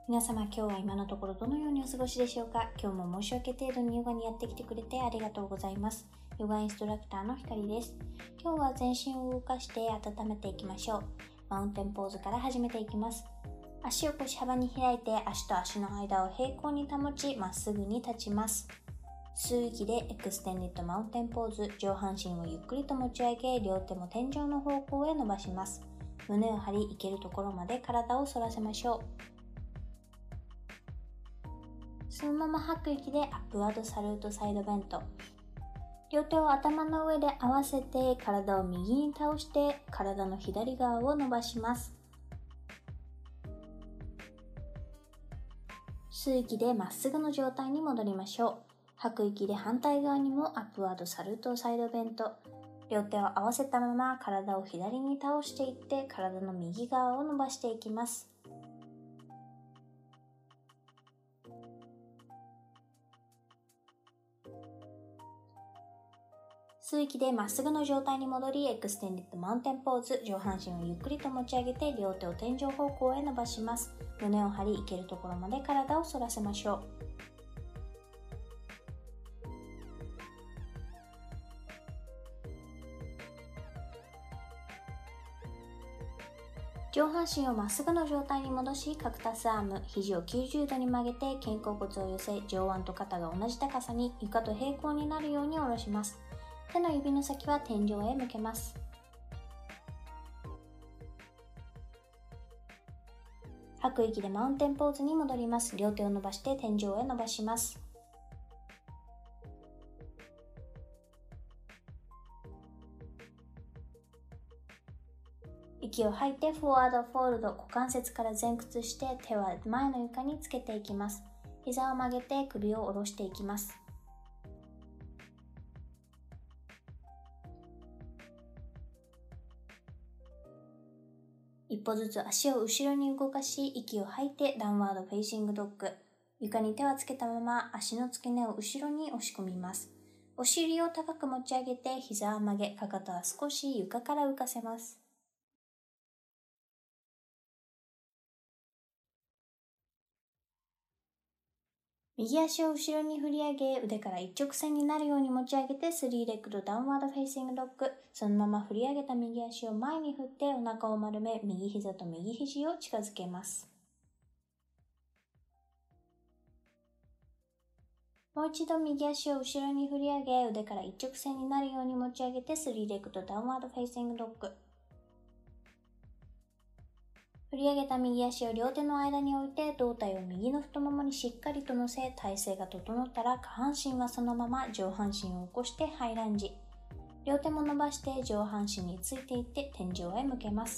皆様、今日は今のところどのようにお過ごしでしょうか。今日も申し訳程度にヨガにやってきてくれてありがとうございます。ヨガインストラクターのひかりです。今日は全身を動かして温めていきましょう。マウンテンポーズから始めていきます。足を腰幅に開いて足と足の間を平行に保ち、まっすぐに立ちます。吸う息でエクステンディッドマウンテンポーズ、上半身をゆっくりと持ち上げ、両手も天井の方向へ伸ばします。胸を張り、いけるところまで体を反らせましょう。そのまま吐く息でアップワードサルートサイドベント。両手を頭の上で合わせて体を右に倒して体の左側を伸ばします。吸う息でまっすぐの状態に戻りましょう。吐く息で反対側にもアップワードサルートサイドベント。両手を合わせたまま体を左に倒していって体の右側を伸ばしていきます。吸う息でまっすぐの状態に戻り、エクステンディッドマウンテンポーズ、上半身をゆっくりと持ち上げて両手を天井方向へ伸ばします。胸を張り、いけるところまで体を反らせましょう。上半身をまっすぐの状態に戻し、カクタスアーム、肘を90度に曲げて肩甲骨を寄せ、上腕と肩が同じ高さに床と平行になるように下ろします。手の指の先は天井へ向けます。吐く息でマウンテンポーズに戻ります。両手を伸ばして天井へ伸ばします。息を吐いてフォワードフォールド、股関節から前屈して手は前の床につけていきます。膝を曲げて首を下ろしていきます。一歩ずつ足を後ろに動かし、息を吐いてダウンワードフェイシングドッグ。床に手はつけたまま足の付け根を後ろに押し込みます。お尻を高く持ち上げて膝を曲げ、かかとは少し床から浮かせます。右足を後ろに振り上げ、腕から一直線になるように持ち上げて3レッグとダウンワードフェイシングドッグ。そのまま振り上げた右足を前に振ってお腹を丸め、右膝と右肘を近づけます。もう一度右足を後ろに振り上げ、腕から一直線になるように持ち上げて3レッグとダウンワードフェイシングドッグ。振り上げた右足を両手の間に置いて胴体を右の太ももにしっかりと乗せ、体勢が整ったら下半身はそのまま上半身を起こしてハイランジ。両手も伸ばして上半身についていって天井へ向けます。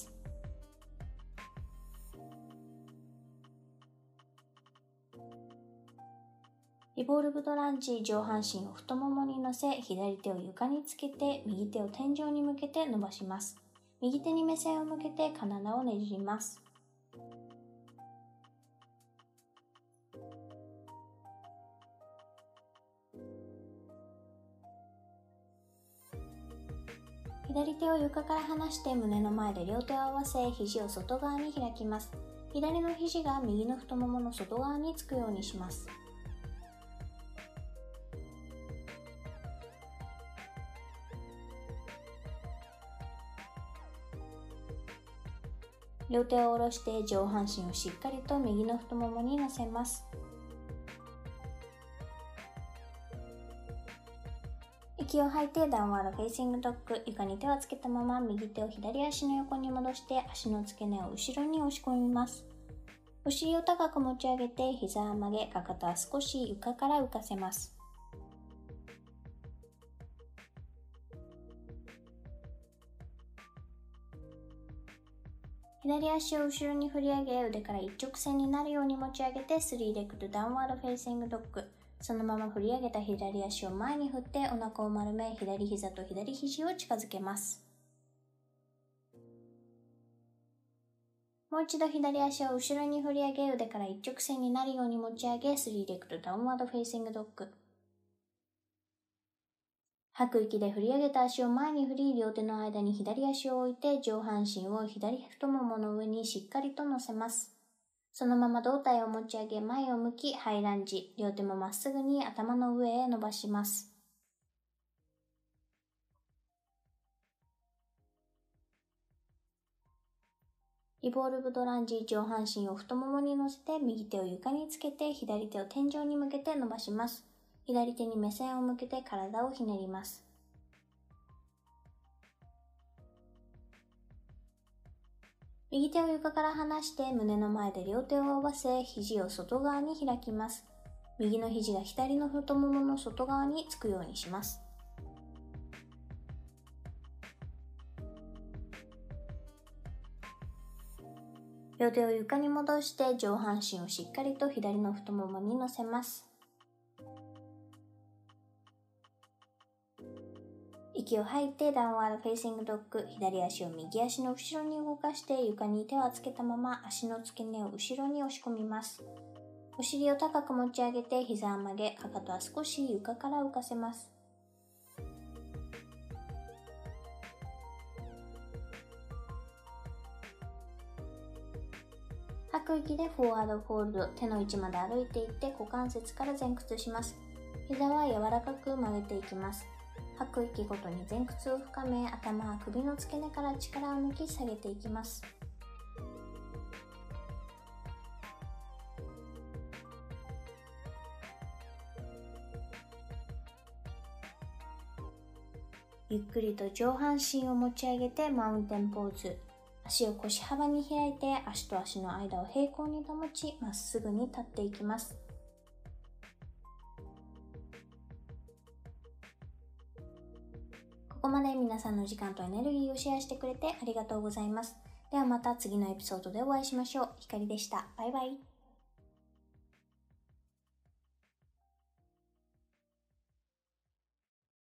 リボルブドランジ、上半身を太ももに乗せ、左手を床につけて右手を天井に向けて伸ばします。右手に目線を向けて体をねじります。左手を床から離して胸の前で両手を合わせ、肘を外側に開きます。左の肘が右の太ももの外側につくようにします。両手を下ろして上半身をしっかりと右の太ももに乗せます。息を吐いてダウンワードフェイシングドッグ。床に手をつけたまま右手を左足の横に戻して足の付け根を後ろに押し込みます。お尻を高く持ち上げて膝を曲げ、かかとは少し床から浮かせます。左足を後ろに振り上げ、腕から一直線になるように持ち上げて3レッグとダウンワードフェイシングドッグ。そのまま振り上げた左足を前に振ってお腹を丸め、左膝と左肘を近づけます。もう一度左足を後ろに振り上げ、腕から一直線になるように持ち上げ、3レッグとダウンワードフェイシングドッグ。吐く息で振り上げた足を前に振り、両手の間に左足を置いて上半身を左太ももの上にしっかりと乗せます。 そのまま胴体を持ち上げ前を向きハイランジ。両手もまっすぐに頭の上へ伸ばします。リボルブドランジ。上半身を太ももに乗せて右手を床につけて左手を天井に向けて伸ばします。左手に目線を向けて体をひねります。右手を床から離して胸の前で両手を合わせ肘を外側に開きます。右の肘が左の太ももの外側につくようにします。両手を床に戻して上半身をしっかりと左の太ももに乗せます。息を吐いてダウンワードフェイシングドッグ。左足を右足の後ろに動かして床に手をつけたまま足の付け根を後ろに押し込みます。お尻を高く持ち上げて膝を曲げ、かかとは少し床から浮かせます。吐く息でフォワードフォールド。手の位置まで歩いていって股関節から前屈します。膝は柔らかく曲げていきます。吐く息ごとに前屈を深め、頭は首の付け根から力を抜き下げていきます。ゆっくりと上半身を持ち上げてマウンテンポーズ。足を腰幅に開いて足と足の間を平行に保ち、まっすぐに立っていきます。ここまで皆さんの時間とエネルギーをシェアしてくれてありがとうございます。ではまた次のエピソードでお会いしましょう。ひかりでした。バイバイ。